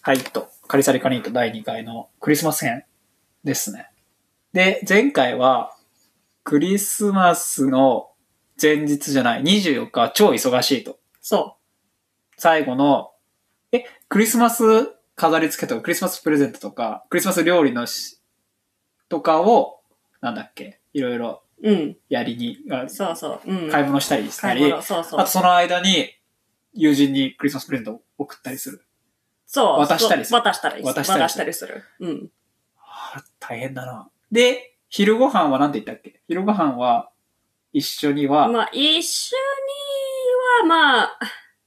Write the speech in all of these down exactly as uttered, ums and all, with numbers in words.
カイト、カリサリカニートだいにかいのクリスマス編ですね。で、前回はクリスマスの前日じゃない、にじゅうよっかは超忙しいと。 そう。 最後の、え、クリスマス飾り付けとか、クリスマスプレゼントとか、クリスマス料理のし、とかを、なんだっけ、いろいろやりに、 うん、そうそう、うん、 買い物したりしたり、 そうそう、 あとその間に友人にクリスマスプレゼントを送ったりする。 そう。 渡したりする。 渡したりする。渡したりする。うん。 はあ、大変だな。で、昼ご飯は何て言ったっけ？昼ご飯は一緒には。 まあ、一緒には、まあ、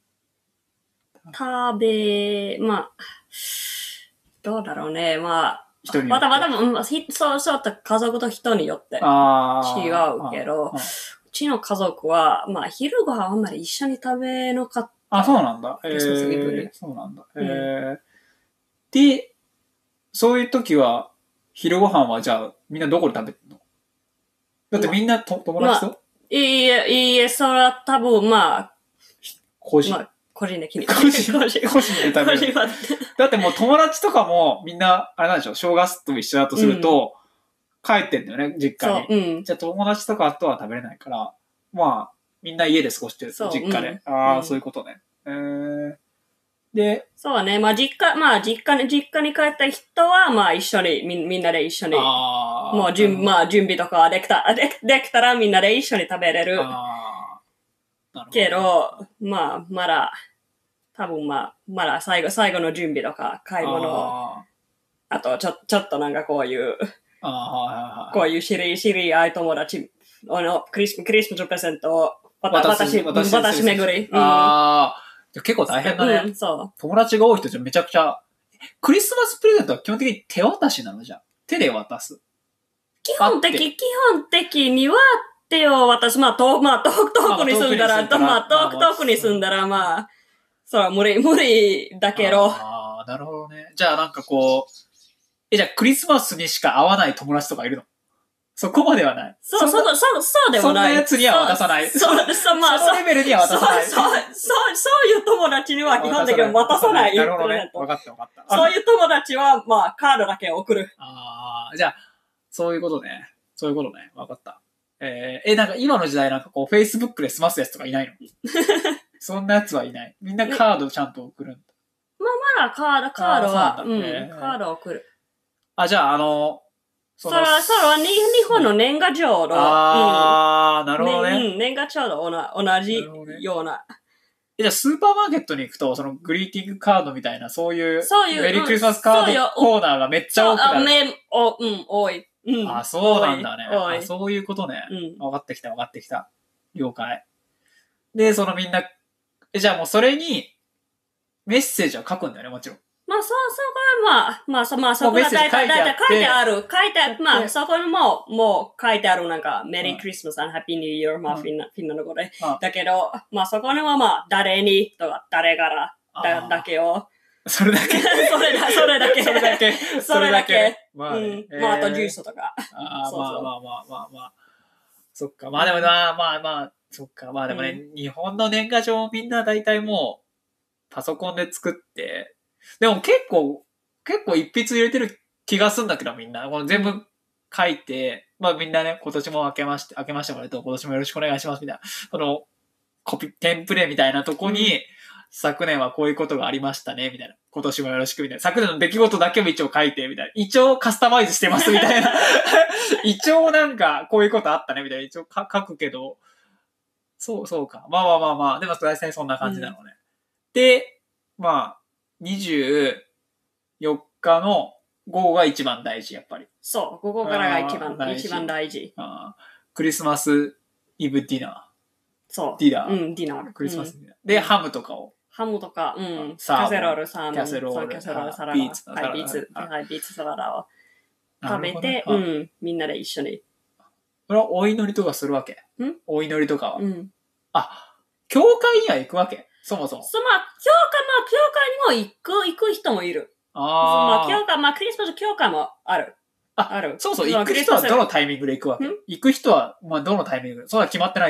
食べ、まあ、どうだろうね。まあ、 人にまたまた、そうそうと家族と人によって違うけど、うちの家族は、まあ、昼ご飯あんまり一緒に食べなかった。 あ、そうなんだ。 クリスマスイブに。 そうなんだ。えー、で、そういう時は、昼ご飯はじゃあ、みんなどこで食べてんの？だってみんなと、ま、友達と、まあ、 いいえ、いいえ、それは多分、まあ、 個人。 まあ、個人的に。 個人、個人で食べる。だってもう友達とかもみんな、あれなんでしょ、正月と一緒だとすると、うん、帰ってんだよね、実家に。 そう、うん。 じゃあ友達とかとは食べれないから、まあ、みんな家で過ごしてると、実家で。うん、ああ、うん、そういうことね。えー、で、 そうね、まあ実家、まあ実家に、実家に帰った人は、まあ一緒に、み、みんなで一緒に、もう準、まあ準備とかできた、で、できたらみんなで一緒に食べれる。あなるほどけど、まあ、まだ、多分まあ、まだ最後、最後の準備とか、買い物、あ, あと、ちょ、ちょっとなんかこういう、あはいはいはい、こういう知り、知り合い友達、あの、クリス、クリスマスプレゼントを、私、私、私巡り。 ああ、うん、結構大変だね、 うん。そう。 友達が多い人じゃめちゃくちゃ、クリスマスプレゼントは基本的に手渡しなのじゃ。手で渡す。 基本的、基本的には手を渡す。まあ、遠く、まあ、遠く、遠くに住んだら、まあ、遠く、遠くに住んだら、まあ、それは無理、無理だけど。 ああ、なるほどね。じゃあなんかこう、え、じゃあクリスマスにしか会わない友達とかいるの？そこまではない。 そう、そう、そう、そうでもない。 そんなやつには渡さない。 そう、そう、まあ、 そのレベルには渡さない。 そう、そう、そう、そういう友達には基本的に渡さない。 なるほどね。分かった分かった。 そういう友達は、まあ、カードだけ送る。 ああ、じゃあ、そういうことね。そういうことね。分かった。えー、え、なんか今の時代なんかこう、Facebook で済ますやつとかいないの？そんなやつはいない。みんなカードちゃんと送るんだ。 まあ、まだカード、カードは、うん、えー、カードを送る。 あ、じゃあ、あの、 それは、それは、日本の年賀状の、 ああ、うん、なるほどね。 うん、年賀状の同じような。なえ、じゃあ、スーパーマーケットに行くと、その、グリーティングカードみたいな、そういう、そういうメリークリスマスカードコーナーがめっちゃ多くなる。 あ、め、お、うん、多い。うん、 あ、そうなんだね。あ、そういうことね。うん、分かってきた、分かってきた。了解。で、そのみんな、え、じゃあもうそれに、メッセージは書くんだよね、もちろん。 まあ、そう、そこはまあ、まあ、そ、まあ、そこは大体、大体書いてある。書いてある。まあ、そこにも、もう書いてあるなんか、メリークリスマスand ハッピーニューイヤー、まあ、フィンナ、フィンナの語で。だけど、まあ、そこにはまあ、誰に、とか、誰からだ、だけを。 それだけそれだ、それだけ。 それだけ。 それだけ。 まあ、ね、 うん。まあ、あとジュースとか。 ああ、まあまあまあまあまあ。そっか。まあでもな、まあまあ、そっか。まあでもね、うん、日本の年賀状みんな大体もう、パソコンで作って、でも結構、結構一筆入れてる気がすんだけど、みんな。この全部書いて、まあみんなね、今年も明けまして、明けましておめでとう、今年もよろしくお願いします、みたいな。その、コピ、テンプレみたいなとこに、うん、昨年はこういうことがありましたね、みたいな。今年もよろしく、みたいな。昨年の出来事だけも一応書いて、みたいな。一応カスタマイズしてます、みたいな。一応なんか、こういうことあったね、みたいな。一応書くけど、そう、そうか。まあまあまあまあ、でも大体そんな感じなのね。うん、で、まあ、にじゅうよっかの午後が一番大事、やっぱり。 そう、午後からが一番、大事一番大事。 あクリスマスイブディナー。 そう。 ディナー。 うん、ディナー。 クリスマスディナー。うん、で、ハムとかを。 ハムとか、うん。キャセロール、サーモン。 キャセロール、 キャセロール、サラダ。 ビーツ、 はい、ビーツ、はい、ビーツサラダを食べて、うん、みんなで一緒に。 これはお祈りとかするわけ？ んお祈りとかは。 うん。 あ、教会には行くわけ？そもそも。 そう、まあ、教会、まあ、教会にも行く、行く人もいる。ああ。まあ、教会、まあ、クリスマス教会もある。 あ、ある。そうそう、行く人はどのタイミングで行くわけ？行く人は、まあ、どのタイミングでそんな決まってないか。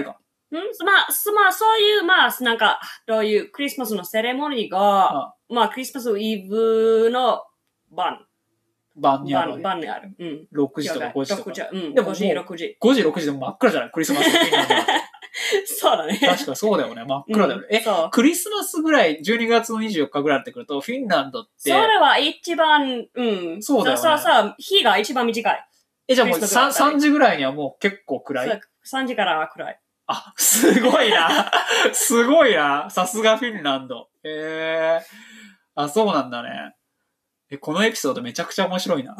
うんまあ、すまあ、そういう、まあ、なんか、どういうクリスマスのセレモニーが、 あまあ、クリスマスイブの晩。 晩にあるわけ。 晩にある。うん。 ろくじとかごじとか。 ろくじ、うん。 でもごじ、ろくじ。 ごじ、ろくじでも真っ暗じゃないクリスマスのフィンランドだと。 そうだね。 確かそうだよね。真っ暗だよね。うん、え、クリスマスぐらい、じゅうにがつのにじゅうよっかぐらいになってくると、フィンランドって。 それは一番、うん。 そうだよね。 そうそうそう。日が一番短い。 え、じゃあもう 3, さんじぐらいにはもう結構暗い？ さんじからは暗い。 あ、すごいな。すごいな。さすがフィンランド。へえ。あ、そうなんだね。え、このエピソードめちゃくちゃ面白いな。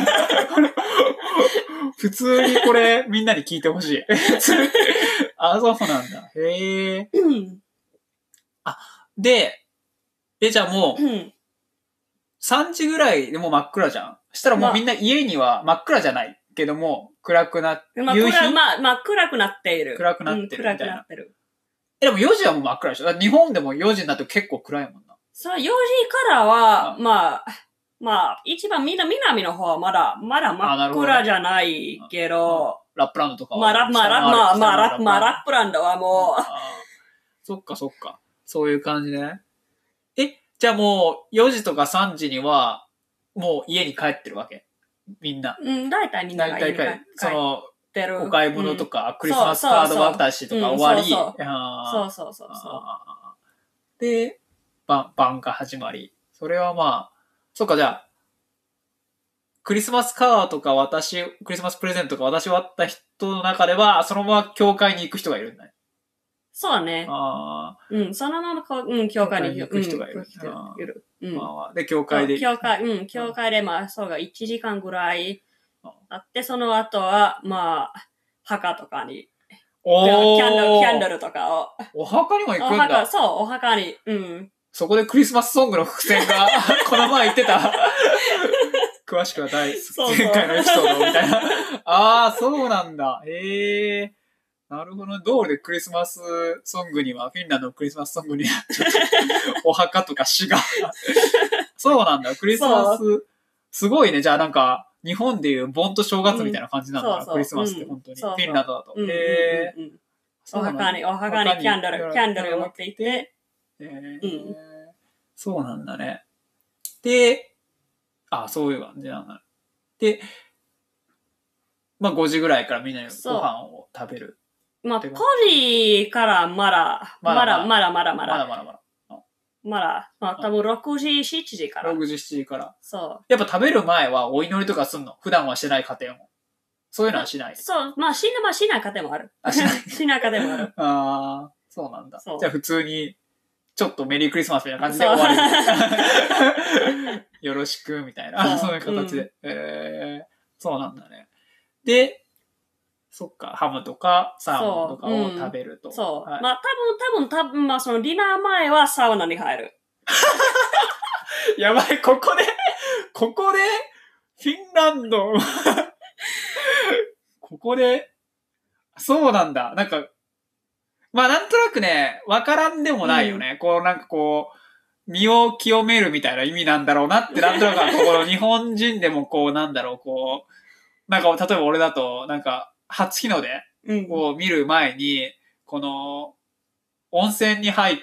普通にこれみんなに聞いてほしい。あ、そうなんだ。へえ。うん、あ、で、え、じゃあもう、うん、さんじぐらいでもう真っ暗じゃん。したらもうみんな家には真っ暗じゃないけども、暗くなって、 まあ、夕日まあ、まあ、暗くなっている。 暗くなってるみたいな。 うん、暗くなってる。 え、でもよじはもう真っ暗でしょ？日本でもよじになって結構暗いもんな。 そう、よじからは、まあ、まあ、一番みんな南の方はまだ、まだ真っ暗じゃないけど、 ラップランドとかは。 まあ、ラまあ、ラまあ、まあ、ラまあ、ラップランドはもう。 そっかそっか。そういう感じね。え、じゃあもうよじとかさんじには、もう家に帰ってるわけ？みんな。 うん、大体みんなが家に帰ってる。 その、お買い物とか、うん、クリスマスカード渡しとか終わり。 そうそうそうそう。 で、晩、晩が始まり。それはまあ、そっかじゃあ、クリスマスカードとか私、クリスマスプレゼントとか私終わった人の中では、そのまま教会に行く人がいるんだね。 そうだね。 ああ。 うん、そのまま、うん、教会に行く人がいる。 いる。うん。 まあ、で、教会で。 教会、うん、教会で、まあ、そうがいちじかんぐらいあって、その後は、まあ、墓とかに、 おー。 キャンドル、キャンドルとかを。 お墓にも行くんだ。 お墓、そう、お墓に、うん。 そこでクリスマスソングの伏線が、この前言ってた。詳しくは第、前回のエピソードみたいな。ああ、そうなんだ。へえ。なるほど。道路でクリスマスソングには、フィンランドのクリスマスソングには、ちょっとお墓とか詩が。そうなんだ。クリスマス、すごいね。じゃあなんか、日本でいう盆と正月みたいな感じなんだ、うん、そうそうクリスマスって本当に。うん、フィンランドだと。 うん、 へえ。 お墓に、お墓にキャンドル、キャンドルを持っていて。 へえ、うん。そうなんだね。で、あ、そういう感じなんだ。で、まあごじぐらいからみんなでご飯を食べる。 まあ、ごじからまだ、まだまだまだまだ。 まだまだまだ。 まだ、まあ多分ろくじ、しちじから。 ろくじ、しちじから。 そう。 やっぱ食べる前はお祈りとかすんの？普段はしてない家庭も。そういうのはしない？ そう、まあしな、まあしない家庭もある。 あ、しない。 しない家庭もある。 ああ、そうなんだ。じゃあ普通に、ちょっとメリークリスマスみたいな感じで終わる。よろしく、みたいな。そういう形で。うん、えー、そうなんだね。で、そっか、ハムとかサーモンとかを食べると。 そう。うんそうはい、まあ多分、多分、多分、まあそのディナー前はサウナに入る。 やばい、ここで、ここで、フィンランド。ここで、そうなんだ。なんか、まあなんとなくね、わからんでもないよね。うん、こうなんかこう、身を清めるみたいな意味なんだろうなってなんとなく、ここの日本人でもこうなんだろう、こう、なんか例えば俺だと、なんか初日の出を見る前に、この、温泉に入って、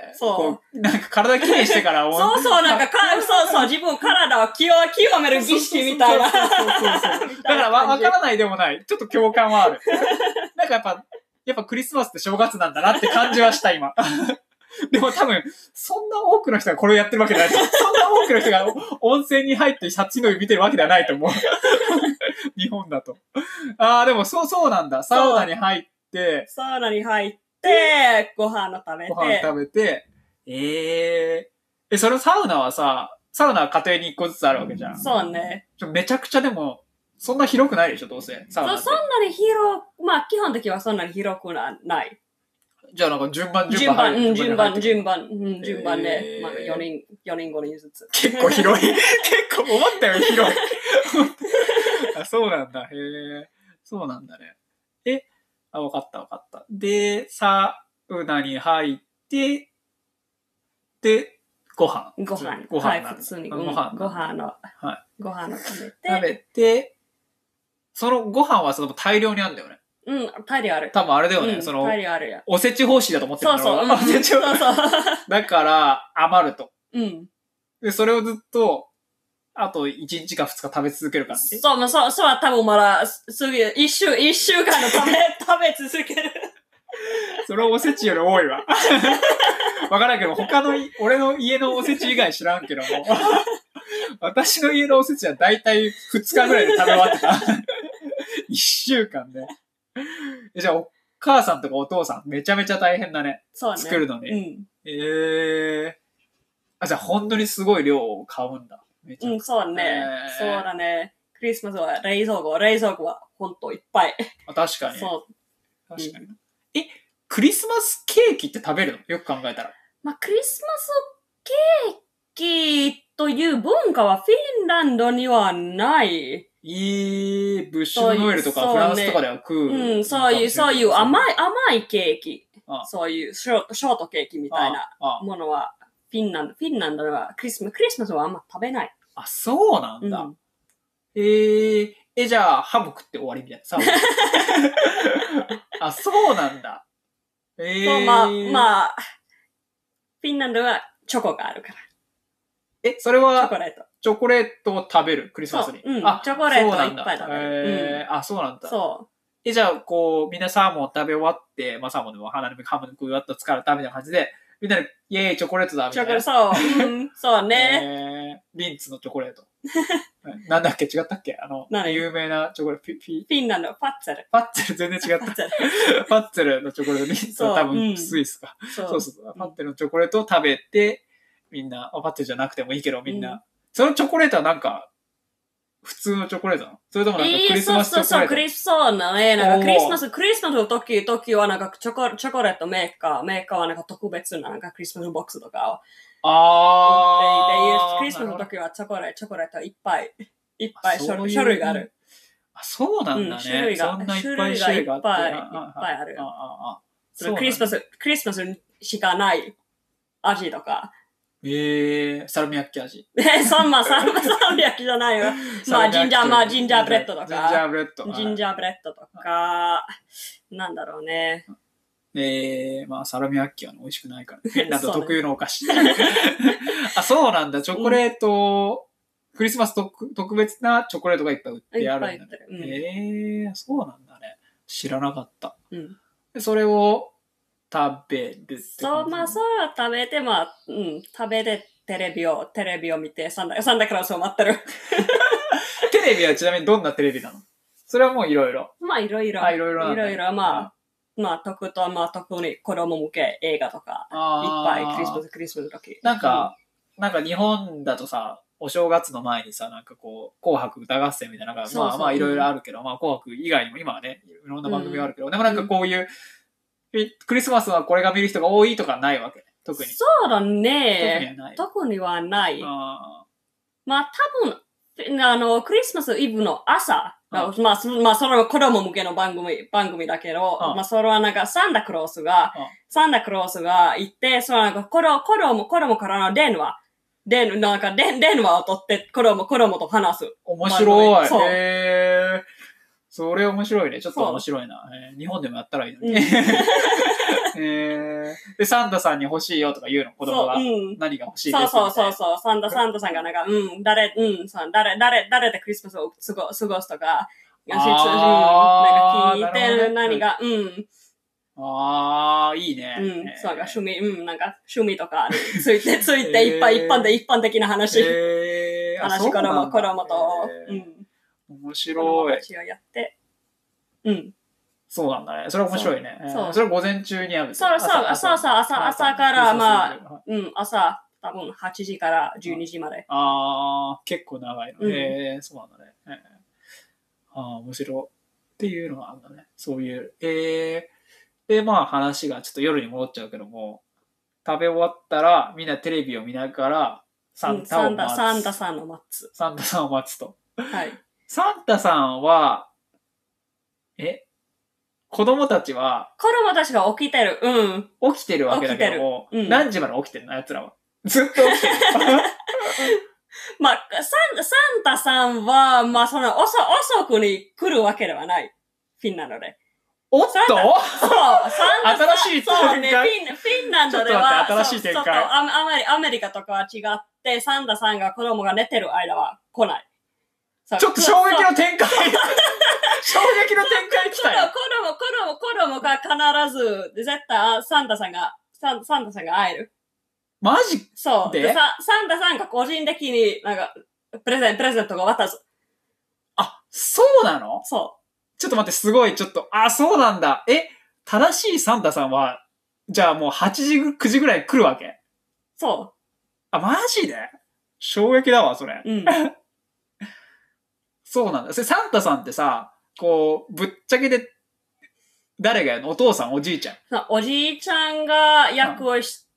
そう。 なんか体きれいしてから温泉。 そうそう、なんかか、そうそう、自分体を清清める儀式みたいな。そうそうそうそう。 だからわ、わからないでもない。ちょっと共感はある。なんかやっぱ、やっぱクリスマスって正月なんだなって感じはした、今。でも多分、そんな多くの人がこれをやってるわけじゃない。そんな多くの人が温泉に入って初日の出見てるわけではないと思う。日本だと。ああ、でもそうそうなんだ。サウナに入って。 サウナに入って。で、ご飯を食べて。 ご飯食べて、えー、え、そのサウナはさ、サウナは家庭に一個ずつあるわけじゃん。 そうね。 めちゃくちゃでも、そんな広くないでしょ、どうせ。サウナって。 そ, そんなに広く、まあ基本的はそんなに広くなない。 じゃあなんか順番、 順番、うん、順番、順番、うん、順番で、まあよにん、よにんごにんずつ。 結構広い。結構思ったより広い。あ、そうなんだ。へえ。そうなんだね。えあ、わかったわかった。で、サウナに入って、で、ご飯。 ご飯。 ご飯。 はい、普通に。ご飯。ご飯の。 はい。 ご飯を食べて。 食べて、そのご飯はその大量にあるんだよね。 うん、大量ある。 多分あれだよね。 うん、 その、 大量あるや。 おせち方式だと思ってるそうそう。 おせちそうそう。 だから、余ると。 うん。 で、それをずっと、あといちにちかふつか食べ続ける感じ。 そう、まあ、そう、そうは多分まだ、すぐ、一週、一週間の食べ、食べ続ける。 それはおせちより多いわ。わからんけど、他の、俺の家のおせち以外知らんけども。私の家のおせちはだいたいふつかぐらいで食べ終わってた。いっしゅうかんで、ね。じゃあ、お母さんとかお父さん、めちゃめちゃ大変だね。そうね。作るのに。うん。ええー。あ、じゃあ、本当にすごい量を買うんだ。めちゃうん、そうね、えー。そうだね。クリスマスは冷蔵庫、冷蔵庫は本当いっぱい。 あ、確かに。 そう。 確かに。うん、え、クリスマスケーキって食べるの？よく考えたら。 まあ、クリスマスケーキという文化はフィンランドにはない。 いい、ブッシュノエルとかフランスとかでは食う。 うん、そういう、そういう甘い、甘いケーキ。ああそういうショート、ショートケーキみたいなものは、フィンランド、フィンランドではクリスマス、クリスマスはあんま食べない。 あ、そうなんだ。うん、えー、え、じゃあ、ハム食って終わりみたいな。あ、そうなんだ。えー、 そう、まあ、まあ、フィンランドはチョコがあるから。 え、それは、 チョコレート。 チョコレートを食べるクリスマスに。 うん、あ、チョコレートはいっぱい食べる。 えー、うん、あ、そうなんだ。 そう。 え、じゃあ、こう、みんなサーモンを食べ終わって、まあサーモンでも花火ハムで食い終わった疲れたみたいな感じで、みんなで、イェーイ、チョコレートだ、みたいな。 チョコレート、そう。うん、そうね。 えー、リンツのチョコレート。なんだっけ違ったっけあの、有名なチョコレート。フィフィンランド、ファッツェル。 ファッツェル、全然違った。ファッツェルのチョコレート、リンツは多分スイスか。そう、うん、そうそうそう。ファッツェルのチョコレートを食べて、みんな、ファッツェルじゃなくてもいいけど、みんな。うん、そのチョコレートはなんか、普通のチョコレートなの？それともなんかクリスマスチョコレート？えー、そうそうそう、 クリス、そうなね。なんかクリスマス、クリスマスの時、時はなんかチョコ、チョコレートメーカー、メーカーはなんか特別ななんかクリスマスボックスとかを。あー。で、クリスマスの時はチョコレート、チョコレートいっぱい、いっぱい種類がある。 あ、そうなんだね。種類が、そんないっぱい種類があって。いっぱい、いっぱいある。あああそクリスマス、クリスマスしかない味とか。 えー、サルミヤッキ味。 え、そんな、サルミヤッキじゃないよ。まあ、ジンジャー、まあ、ジンジャーブレッドとか。 ジンジャーブレッド。 ジンジャーブレッドとか、なんだろうね。 えー、まあ、サルミヤッキは美味しくないからね。フィンランド特有のお菓子。あ、そうなんだ。チョコレート、クリスマス特特別なチョコレートがいっぱい売ってあるんだね。うん、えー、そうなんだね。知らなかった。うん、でそれを、食べるってそう、まあ、そう食べて、まあ、うん、食べて、テレビを、テレビを見て、サンダ、サンダクラウスを待ってる。 テレビはちなみにどんなテレビなの？それはもういろいろ。 まあ、いろいろ。 あ、いろいろ。 いろいろ、まあ、まあ、特と、まあ、特に子供向け映画とか、いっぱいクリスマス、クリスマスの時。 なんか、うん、なんか日本だとさ、お正月の前にさ、なんかこう、紅白歌合戦みたいな、なんかまあまあいろいろあるけど、うん、まあ紅白以外にも今はね、いろんな番組があるけど、うん、でもなんかこういう、クリスマスはこれが見る人が多いとかないわけ。特に。 そうだね。特にはない。あまあ多分、あの、クリスマスイブの朝、まあ、まあ、それは子供向けの番組、番組だけど、まあそれはなんかサンタクロースが、サンタクロースが行って、そのなんか子供、子供、子供からの電話、電、なんか電、電話を取って子供、子供と話す。 面白い。そう。へー。それ面白いね。ちょっと面白いな。えー、日本でもやったらいいのに。うんえー、で、サンタさんに欲しいよとか言うの、子供が。うん、何が欲しいですか？ そうそうそうそう。サンタ、サンタさんがなんか、うん、誰、うん、さ誰、誰、誰でクリスマスを過ご過ごすとか、あうん、なんか聞いてる、何が、うん。 ああ、いいね。 うん、そう、趣味、うん、なんか、趣味とか、ついて、ついて、いっぱい、一般で、一般的な話。えー、話、子供、子供と、うん。 面白い。 たちをやって、うん。 そうなんだね。それは面白いね。そう。それは午前中にある。 そうそう、そうそう、朝、朝から、まあ、うん、朝、多分はちじからじゅうにじまで。 ああ、結構長いの。へえ、そうなんだね。ああ、面白い。っていうのがあるんだね。そういう。えー、で、まあ話がちょっと夜に戻っちゃうけども、食べ終わったら、みんなテレビを見ながら、サンタを待つ。 サンタさんを待つ。 サンタさんを待つと。 はい。 サンタさんは、え子供たちは、 子供たちが起きてる。うん。 起きてるわけだけども、うん、何時まで起きてるの奴らは。ずっと起きてる。 まあ、サン、サンタさんは、まあ、その、遅、遅くに来るわけではない。フィンランドで。 おっとそう、サンタ新しい展開そうね、フィン、フィンランドでは、 ちょっと待って新しい展開そうそうアメアメリアメリカとかは違って、サンタさんが子供が寝てる間は来ない。 ちょっと衝撃の展開衝撃の展開来たよ。 子供、子供、子供が必ず、絶対サンタさんが、サンサンタさんが会える。 マジそう。 ででサ、サンタさんが個人的になんか、プレゼン、プレゼントが渡す。 あ、そうなの？ そちょっと待って、すごい、ちょっと、あ、そうなんだ。え、正しいサンタさんは、じゃあもうはちじ、くじぐらい来るわけ？ う。そあ、マジで？衝撃だわ、それ。 う。うん。 そうなんだ。それサンタさんってさ、こう、ぶっちゃけで、誰がやるの？お父さん、おじいちゃん。 おじいちゃんが役をして、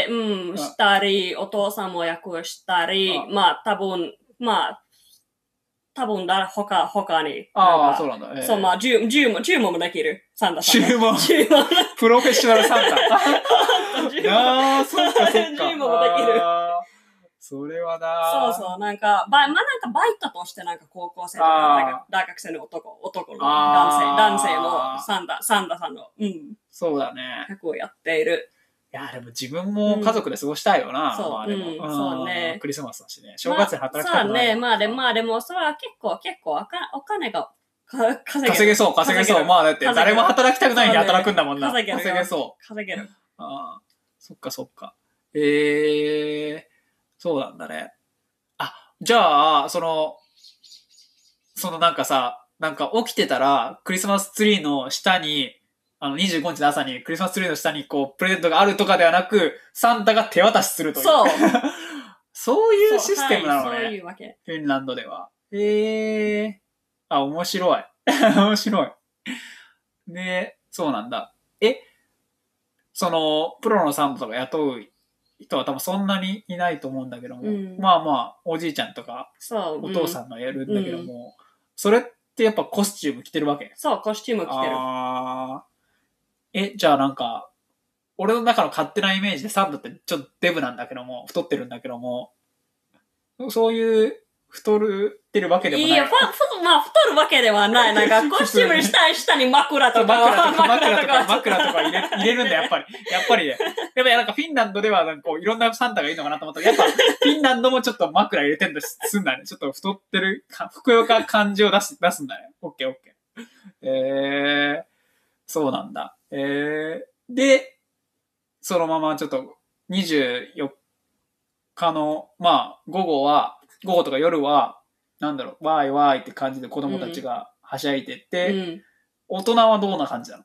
うん、したり、お父さんも役をしたり、まあ、多分、まあ、多分だ、他、他に。 ああ、そうなんだ。 えー、そう、まあ、銃、銃も、銃もできる。サンタさん。 銃も。 銃も。 プロフェッショナルサンタ。ああ、そっかそっか。 銃もできる。 それはなそうそう、なんか、ば、まあ、なんかバイトとしてなんか高校生とか大学生の男、男の男性、男性のサンタ、サンタさんの、うん。 そうだね。 役をやっている。 いや、でも自分も家族で過ごしたいよな。 うん、そう、 まあでも、 うん、そうね。 クリスマスだしね。正月に働きたくない、 まあ。そうね、まあでも、まあでも、それは結構、結構おか、お金が、 稼げ稼げそう、稼げそう。まあだって誰も働きたくないに働くんだもんな。 稼げる。 稼げそう。 稼げる。 ああ、そっかそっか。ええー、そうなんだね。あ、じゃあ、その、そのなんかさ、なんか起きてたら、クリスマスツリーの下に、あの、にじゅうごにちの朝にクリスマスツリーの下にこう、プレゼントがあるとかではなく、サンタが手渡しするという。 そう。 そういうシステムなのね。 はい、そういうわけ。 フィンランドでは。へえ。あ、面白い。面白い。で、そうなんだ。え、その、プロのサンタとか雇う人は多分そんなにいないと思うんだけども、うん、まあまあ、おじいちゃんとか、お父さんがやるんだけども、うん、それってやっぱコスチューム着てるわけ？ そう、コスチューム着てる。 あえ、じゃあなんか、俺の中の勝手なイメージでサンタってちょっとデブなんだけども、太ってるんだけども、そういう太るってるわけでもない。 いや、ふ、ふ、まあ、太るわけではない。なんか、コスチュームにしたい下に枕とか。 枕とか、枕とか、枕とか入れ、入れるんだ、やっぱり。やっぱりね。やっぱりなんかフィンランドではなんかこういろんなサンタがいるのかなと思ったら、やっぱフィンランドもちょっと枕入れてんだすんだね。ちょっと太ってる、ふくよか感じを出す、出すんだね。オッケーオッケー。えー、そうなんだ。えー、で、そのままちょっとにじゅうよっかの、まあ、午後は、午後とか夜は、なんだろう、わーいわーいって感じで子供たちがはしゃいでって、うん、大人はどんな感じなの？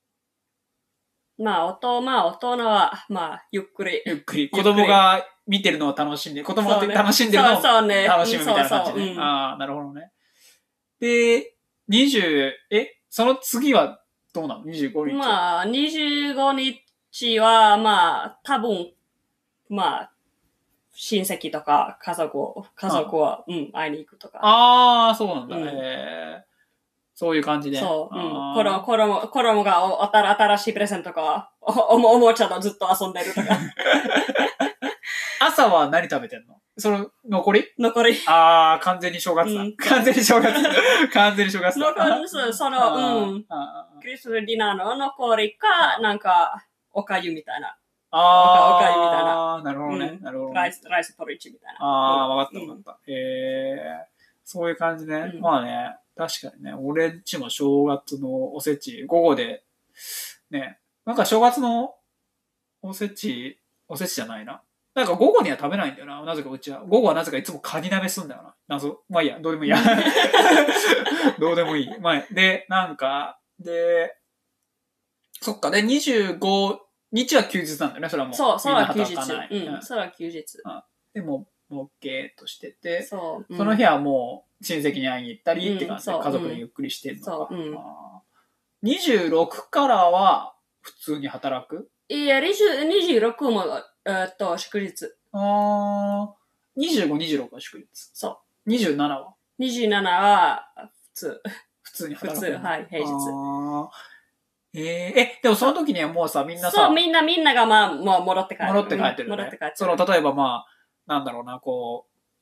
まあ、おと、まあ、大人は、まあ、ゆっくり。 ゆっくり。子供が見てるのを楽しんで、子供が楽しんでるのを楽しむみたいな感じね。ああ、なるほどね。で、にじゅう、え、その次はどうなの？ にじゅうごにち。 まあ、にじゅうごにちは、まあ、多分、まあ、親戚とか家族を、家族は、うん、会いに行くとか。 ああ、そうなんだ。うん、えー、そういう感じで。 そう。うん。子供、子供、子供がお、おたら、新しいプレゼントとか、お、おも、おもちゃとずっと遊んでるとか。 朝は何食べてんの？その、残り？ 残り。 ああ、完全に正月だ。うん、完全に正月。完全に正月だ。 残り、その、うん。クリスマスディナーの残りか、なんか、おかゆみたいな。 ああ。 おかゆみたいな。 ああ、なるほどね。うん、なるほど、ね。 ライス、ライスポリッチみたいな。 ああ、わかったわかった。うん、ええー、そういう感じね。うん、まあね、確かにね、俺んちも正月のおせち、午後で、ね、なんか正月のおせち、おせちじゃないな。なんか午後には食べないんだよな。なぜかうちは。午後はなぜかいつもカニ鍋すんだよな。謎。まあいいや、どうでもいいや。どうでもいい。まあ、で、なんか、で、そっか、で、にじゅうごにちは休日なんだよね、それはもう。 そう、それは休日。うん、それは休日。 でも、もうゲーとしてて、 そう、 うん、その日はもう親戚に会いに行ったりって感じで、家族でゆっくりしてるのか。 そう、うん、 にじゅうろくからは普通に働く？ いや、にじゅうろくも、えー、っと、祝日。 あー、にじゅうご、にじゅうろくは祝日。 そう。 にじゅうななは？ にじゅうなな は普通。 普通に働く。 普通、はい、平日。 あえー、え、でもその時にはもうさ、みんなさ。 そう、みんな、みんながまあ、もう戻って帰る。 戻って帰ってる、ね。 戻って帰ってる。 その、例えばまあ、なんだろうな、こう、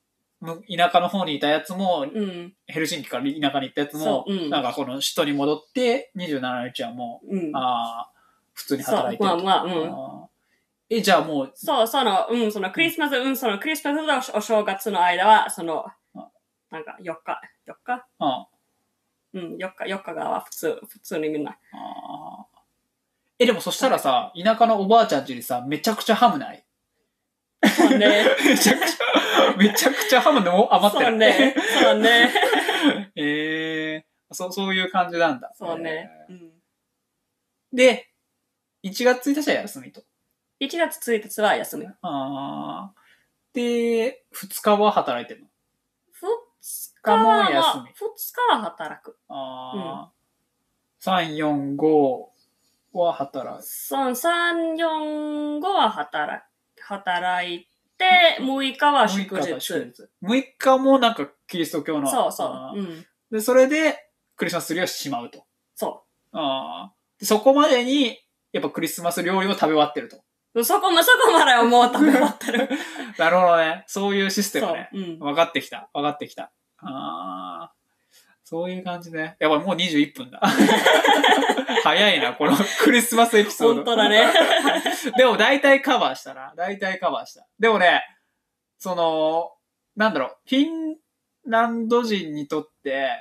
田舎の方にいたやつも、 うん、 ヘルシンキから田舎に行ったやつも、 うん、 なんかこの首都に戻って、にじゅうしちにちはもう、 うん、 あ普通に働いてると。 まあまあ、うん。 え、じゃあもう。 そう、その、うん、そのクリスマス、うん、うん、そのクリスマスとお正月の間は、その、なんかよっか、よっかうん、よっか、よっかが普通、普通にみんな。 あえ、でもそしたらさ、田舎のおばあちゃん家にさ、めちゃくちゃハムないそうね。 めちゃくちゃ、めちゃくちゃハムでも余ってる。 そうね。そうね。 えー、そう、そういう感じなんだ。 そうね。 えーうん、で、いちがつついたちは休みと。 いちがつついたちは休み。 あで、ふつかは働いてるの？ ふつかも休み。ふつかは働く。 あ、うん、さん、よん、ごは働く。 そう、さん、よん、ごは働く。働いて、むいかは祝日。 むいかもなんかキリスト教の。 そうそう。うん、 で、それでクリスマスツリーをしまうと。 そう。 あでそこまでに、やっぱクリスマス料理を食べ終わってると。 そこも、そこまではもう食べ終わってる。 なるほどね。そういうシステムね。 うん、 分かってきた。分かってきた。あそういう感じね。やばい、もうにじゅういっぷんだ。早いな、このクリスマスエピソード。 本当だね。 でも大体カバーしたな。大体カバーした。でもね、その、なんだろう、フィンランド人にとって、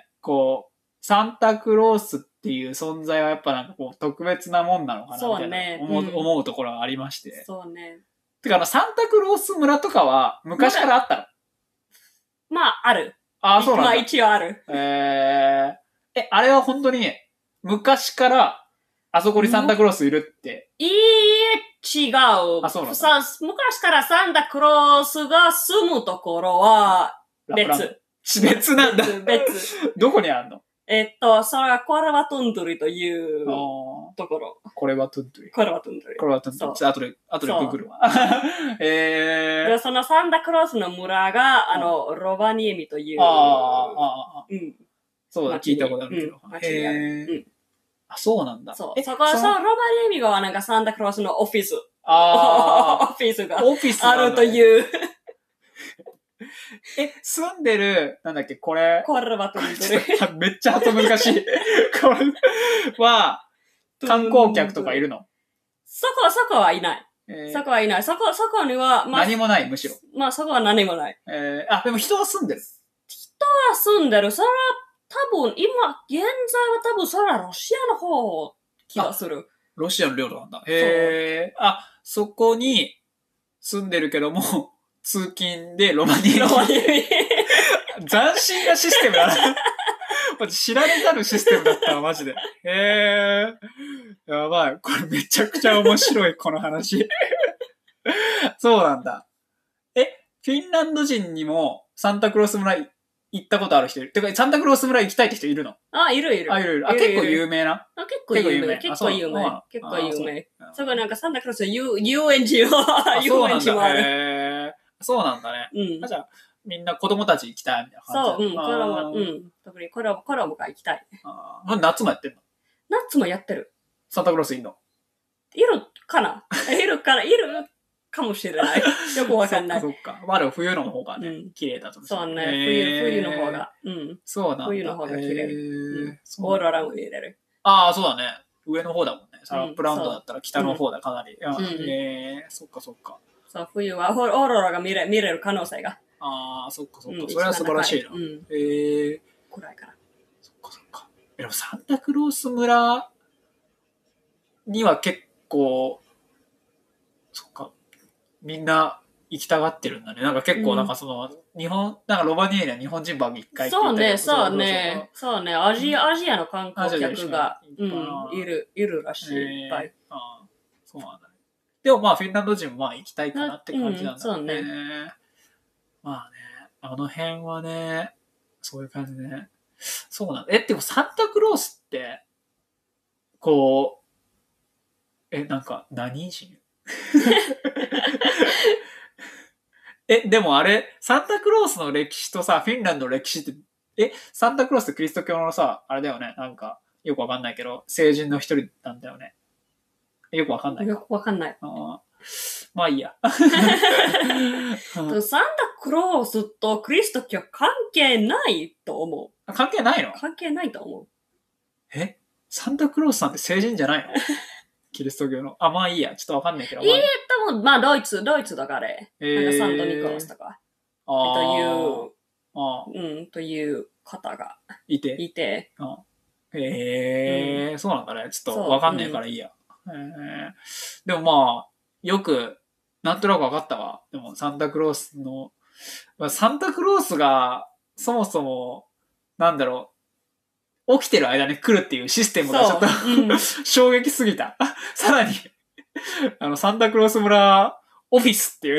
こう、サンタクロースっていう存在はやっぱなんかこう特別なもんなのかなみたいな、ね、思う、うん、思うところがありまして。 そうね。 てかあの、サンタクロース村とかは昔からあったの？ まあ、ある。 ああ、そうなんだ。 まあ一応ある。 えー、え、あれは本当に昔からあそこにサンタクロースいるって。 いいえ、違う。 あ、そうなんだ。 さ、昔からサンタクロースが住むところは別。 別なんだ。 別。 どこにあるの？ えっと、それはコラバトゥンドゥリというところ。 コレバトゥンドゥリ。 コレバトゥンドゥリ。 コレバトゥンドゥリ。ちょっと後で、後でググるわ。えー、 で、そのサンタクロースの村が、あの、ロバニエミという。 ああ、ああ、 うん。 そうだ、聞いたことあるけど。 うん、へー、うん。あ、そうなんだ。 そう。そこ、そのロバニエミがなんかサンタクロースのオフィス。 ああ。オフィスが。 オフィスあるという。 え、住んでる、なんだっけ、これ。 コレバトゥンドゥリ。めっちゃ発音難しい。これは、観光客とかいるの？ そこ、そこはいない。 えー、 そこはいない。そこ、そこには、 まあ、何もない、むしろ。 まあ、そこは何もない。 えー、あ、でも人は住んでる。 人は住んでる。それは多分、今、現在は多分、それはロシアの方、気がする。 ロシアの領土なんだ。へー。あ、そこに住んでるけども、通勤でロマニエミ。 ロマニエミ。 斬新なシステムだな。知られざるシステムだったわ、マジで。へー。やばい。これめちゃくちゃ面白い、この話。そうなんだ。え、フィンランド人にもサンタクロース村行ったことある人いる？てか、サンタクロース村行きたいって人いるの？ あ、いるいる。 あ、いるいる。あ、結構有名な？ あ、結構有名。結構有名。結構有名。そこなんかサンタクロース遊園地は、遊園地もある。 へー。そうなんだね。 うん。 じゃあ、みんな子供たち行きたいみたいな感じ。そう、うん、コラボ、うん。特にコラボ、コラボが行きたい。 ああ、夏もやってんの？ 夏もやってる。 サンタクロースいんの？ いるかないるかないるかもしれない。よくわかんない。 そっか、そっか。まあでも冬の方がね、うん、綺麗だと思う。 そうね、冬、冬の方が。うん。 そうなんだ。 冬の方が綺麗。うん、オーロラも見れる。 ああ、そうだね。上の方だもんね。サラップラウンドだったら北の方だ、かなり。うん、えー、そっかそっか。 そう、冬はオーロラが見れ見れる可能性が。 ああ、そっかそっか。それは素晴らしいな。うん、えー。 暗いから。 そっかそっか。でもサンタクロース村には結構、そっか、みんな行きたがってるんだね。なんか結構なんかその、うん、日本、なんかロバニエには日本人番組一回行ってたりとか。そうね、そうね。そうね。アジア、アジアの観光客が、うん、いる、いるらしい。いっぱい。 ああ、そうなんだね。でもまあフィンランド人もまあ行きたいかなって感じなんだね。うん、そうね。まあね、あの辺はね、そういう感じでね。そうなんだ。え、でもサンタクロースって、こう、え、なんか何人え、でもあれ、サンタクロースの歴史とさ、フィンランドの歴史って、え、サンタクロースってキリスト教のさ、あれだよね、なんか、よくわかんないけど、聖人の一人なんだよね。よくわかんないか。 よくわかんない。 あまあいいや。 サンタクロースとキリスト教関係ないと思う。 関係ないの？ 関係ないと思う。 えサンタクロースさんって成人じゃないの？キリスト教の。あ、まあいいや。ちょっとわかんないけど。 いいえ、多分、まあドイツ、ドイツとかで、 えー、 なんかサントニコラスとか、 あという、 あうん、という方がいて。 いて。 あへえ、うん、そうなんだね。ちょっとわかんないからいいや。うん、えー、でもまあ、よく、なんとなくわかったわ。でもサンタクロースの、まあ、サンタクロースが、そもそも、なんだろう、起きてる間に来るっていうシステムがちょっと、うん、衝撃すぎた。さらに、あの、サンタクロース村オフィスっていう、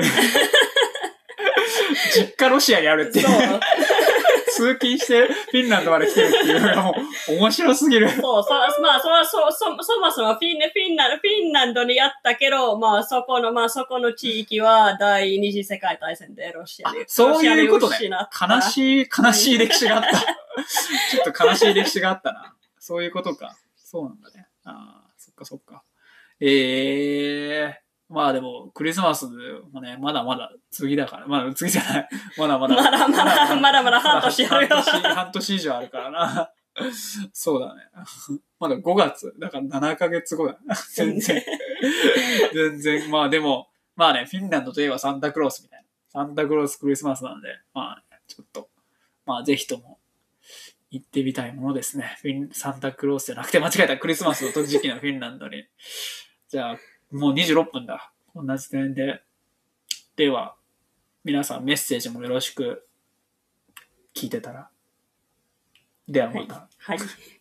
実家ロシアにあるっていう。通勤してフィンランドまで来てるっていうのがもう面白すぎる。 そう、そまあ、そそそそもそもフィンフィンランド、フィンランドにあったけど、まあ、そこの、まあ、そこの地域は第二次世界大戦でロシアに。 そういうことね。悲しい、悲しい歴史があった。ちょっと悲しい歴史があったな。そういうことか。そうなんだね。ああ、そっかそっか。ええー。まあでも、クリスマスもね、まだまだ次だから、まだ次じゃない。まだまだ。 まだまだ、まだまだ半年あるよ。 半年、半年以上あるからな。そうだね。まだごがつ。だからななかげつごだ。全然。全然。まあでも、まあね、フィンランドといえばサンタクロースみたいな。サンタクロースクリスマスなんで、まあ、ね、ちょっと、まあぜひとも行ってみたいものですね。フィン、サンタクロースじゃなくて間違えた。クリスマスの時期のフィンランドに。じゃあ、もうにじゅうろっぷんだ。こんな時点で。では、皆さんメッセージもよろしく聞いてたら。ではまた。 はい。はい